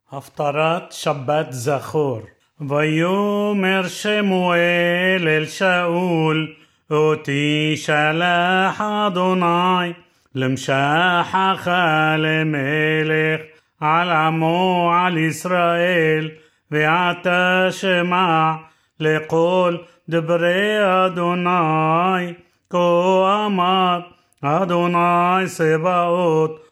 הפטרת שבת זכור. ויאמר שמואל אל שאול, אותי שלח אדוני למשחך למלך על עמו על ישראל, ועתה שמע לכל דברי אדוני. כה אמר אדוני צבאות,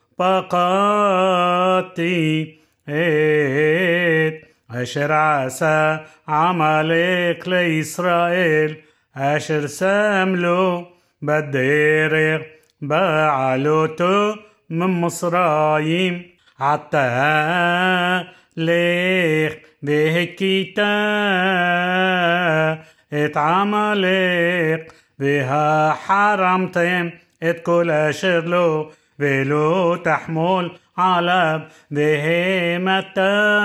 פקדתי את אשר עשה עמלק לישראל, אשר שם לו בדרך בעלותו ממצרים. עתה לך והכית את עמלק, והחרמתם את כל אשר לו, ולא תחמול עליו, והמת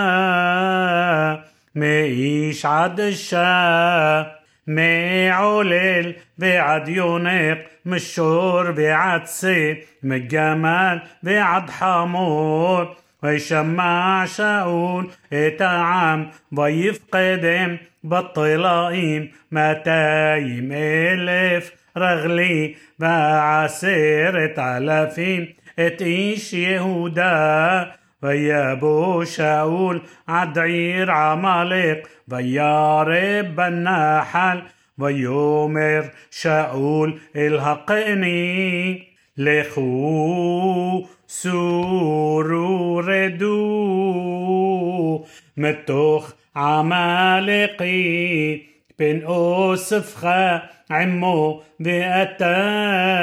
מאיש עד אישה, מעולל ועד יונק, משור ועד שא, מגמל ועד חמור. וישמע שאול את העם, ויפקדם בטלאים 200,000 רגלי, ו10,000 את איש יהודה. ויבוא שאול עד עיר עמלק, וירא בנחל. ויאמר שאול אל הקני, לכו סורו רדו מתוך עמלקי, פן אוספך עמו, ואתה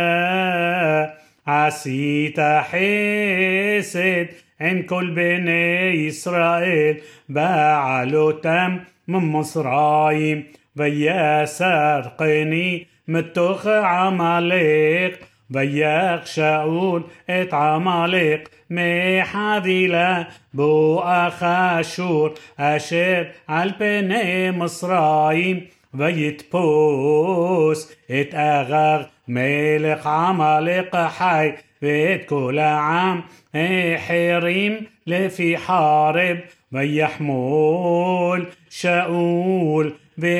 עשית חסד עם כל בני ישראל בעלותם ממצרים. ויסר קני מתוך עמלק, ויך שאול את עמלק מחבילה בואך אשור אשר על פני מצרים. ויתפוס את אגג מלך עמלק חי, ואת כל העם החרים לפי חרב. ויחמול שאול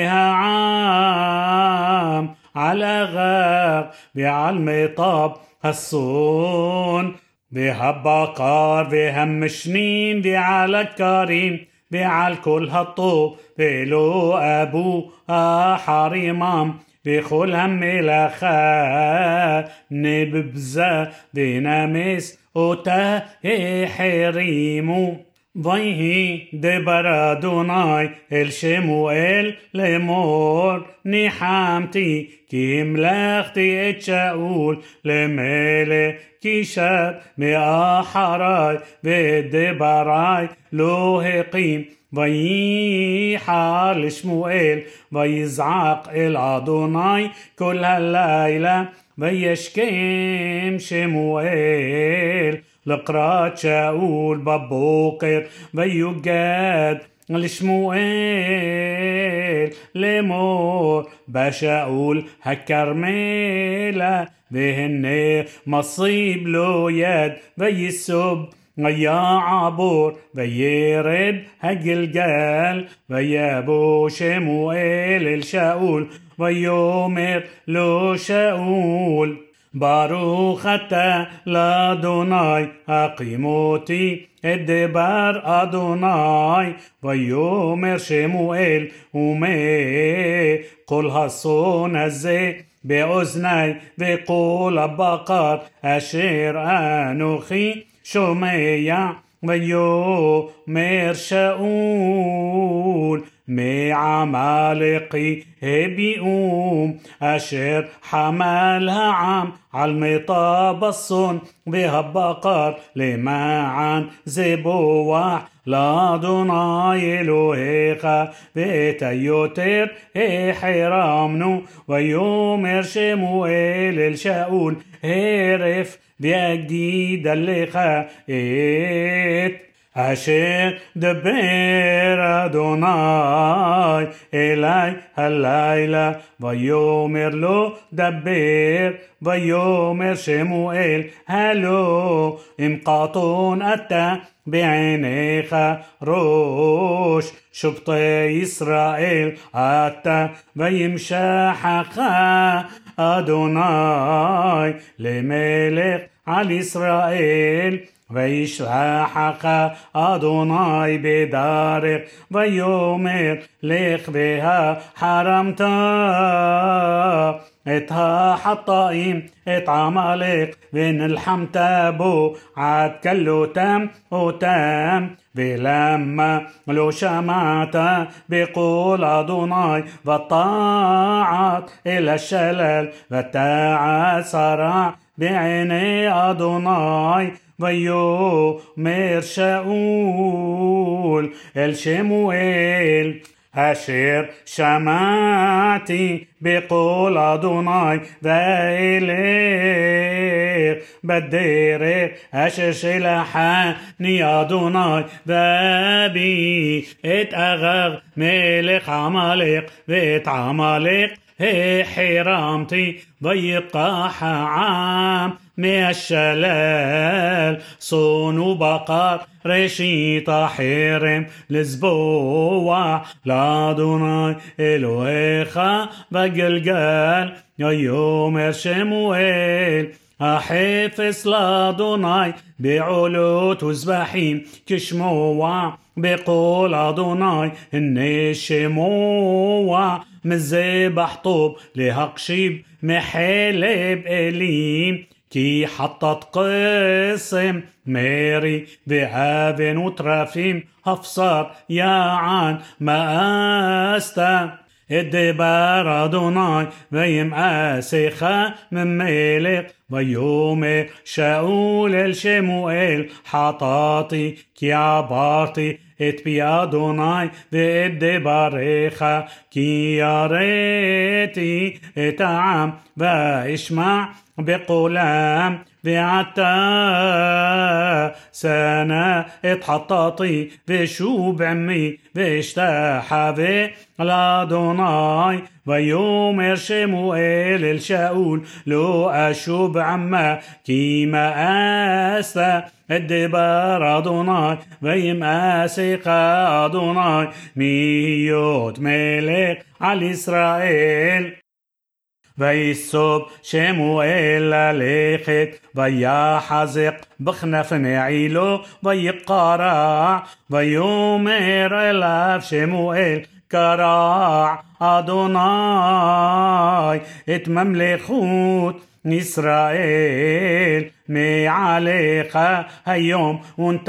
והעם על אגג ועל מיטב הצאן והבקר והמשנים ועל הכרים ועל כל הטוב, ולא אבו החרימם, וכל המלאכה נבזה ונמס אותה החרימו. ויהי דבר אדוני אל שמואל לאמור, ניחמתי כי המלכתי את שאול למלך, כי שב מאחרי ואת דברי לא הקים. וייחר לשמואל ויזעק אל אדוני כל הלילה, וישכם שמואל לקראת שאול בבוקר, ויוגד לשמואל לאמור בשאול הכרמלה, והנה מصيب לו יד, ויסוב ויעבור וירד הגלגל. ויבוא שמואל אל שאול, ויאמר לו שאול, ברוך אתה לאדוני, הקים אותי את דבר אדוני. ויאמר שמואל, ומה כל הצאן הזה באוזני, וכל הבקר אשר אנוכי שומע. ויאמר שאול, מעמלקי הביאום, אשר חמל העם על מיטב הצאן והבקר, למען זבוח לאדוני אלוהיך, ואת היותר החרמנו. ויאמר שמואל אל שאול, הרף ואגיד עליך את אשר דבר אדוני אלי הלילה ויאמר לו דבר ויאמר שמואל הלא אם קטון אתה בעיניך ראש שבטי ישראל אתה וימשחך אדוני למלך על ישראל וישלחך אדוני בדרך ויאמר לך והחרמת את החטאים את עמלק ונלחמת בו עד כלותם אותם ולמה לא שמעת בקול אדוני וطاعت إلى الشلل ותעשרה בעיני אדוני ויאמר שאול אל שמואל אשר שמעתי בקול אדוני ואלך בדרך אשר שלחני אדוני ואביא את אגג מלך עמלק ואת עמלק החרמתי ויقח העם מהשלל צאן ובקר ראשית החרם לזבוח לאדוני אלוהיך בגלגל ויאמר שמואל החפץ לאדוני בעולות וזבחים כשמוע בקול אדוני הנה שמוע מזבח טוב להקשיב מחלב אלים כי חטאת קסם מרי ואבן וטרפים הפסר יען מאסת את דבר אדוני וימאסך ממלך ויאמר שאול אל שמואל חטאתי כי עברתי את פי אדוני ואת דבריך כי יראתי את העם ואשמע בקולם ועתה سنة اتحططي بشوب عمي باشتحبي لأدوناي ويومر شموئيل الشاول لو أشوب عما كيما أستا الدبار أدوناي ويمأسق أدوناي ميوت ملك على إسرائيل ויסוב שמואל ללכת ויחזק בכנף מעילו ויקרע ויאמר אליו שמואל קרע אדוני את ממלכות ישראל מעליך היום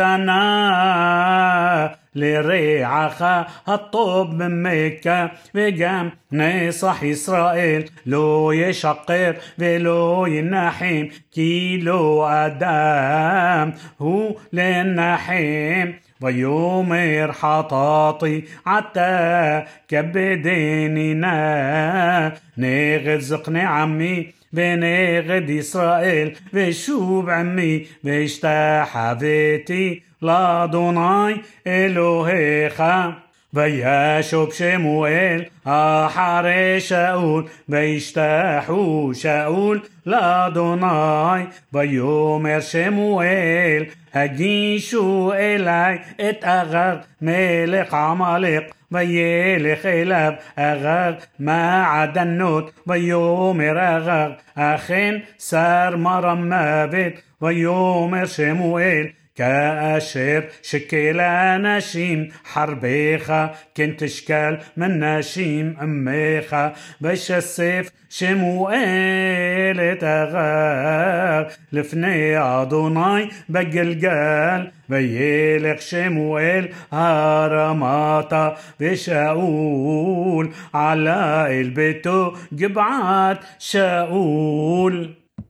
ונתנה לרעך הטוב ממכה וגם נצח ישראל לא ישקר ולא ינחם כי לא אדם הוא לנחם ויאמר חטאתי עתה כבדני נא נגד זקני עמי ונגד ישראל ושוב עמי והשתחוויתי לאדוני אלוהיך וישוב שמואל אחרי שאול וישתחו שאול לאדוני ויאמר שמואל הגישו אלי את אגג מלך עמלק וילך אליו אגג מעדנות ויאמר אגג אכן שר מרם מוות ויאמר שמואל כאשר שכל אנשים חרבך כן תשקל מנשים עמך וישסף שמואל את אגג לפני אדוני בגלגל וילך שמואל הרמתה ושאול עלה אל ביתו גבעת שאול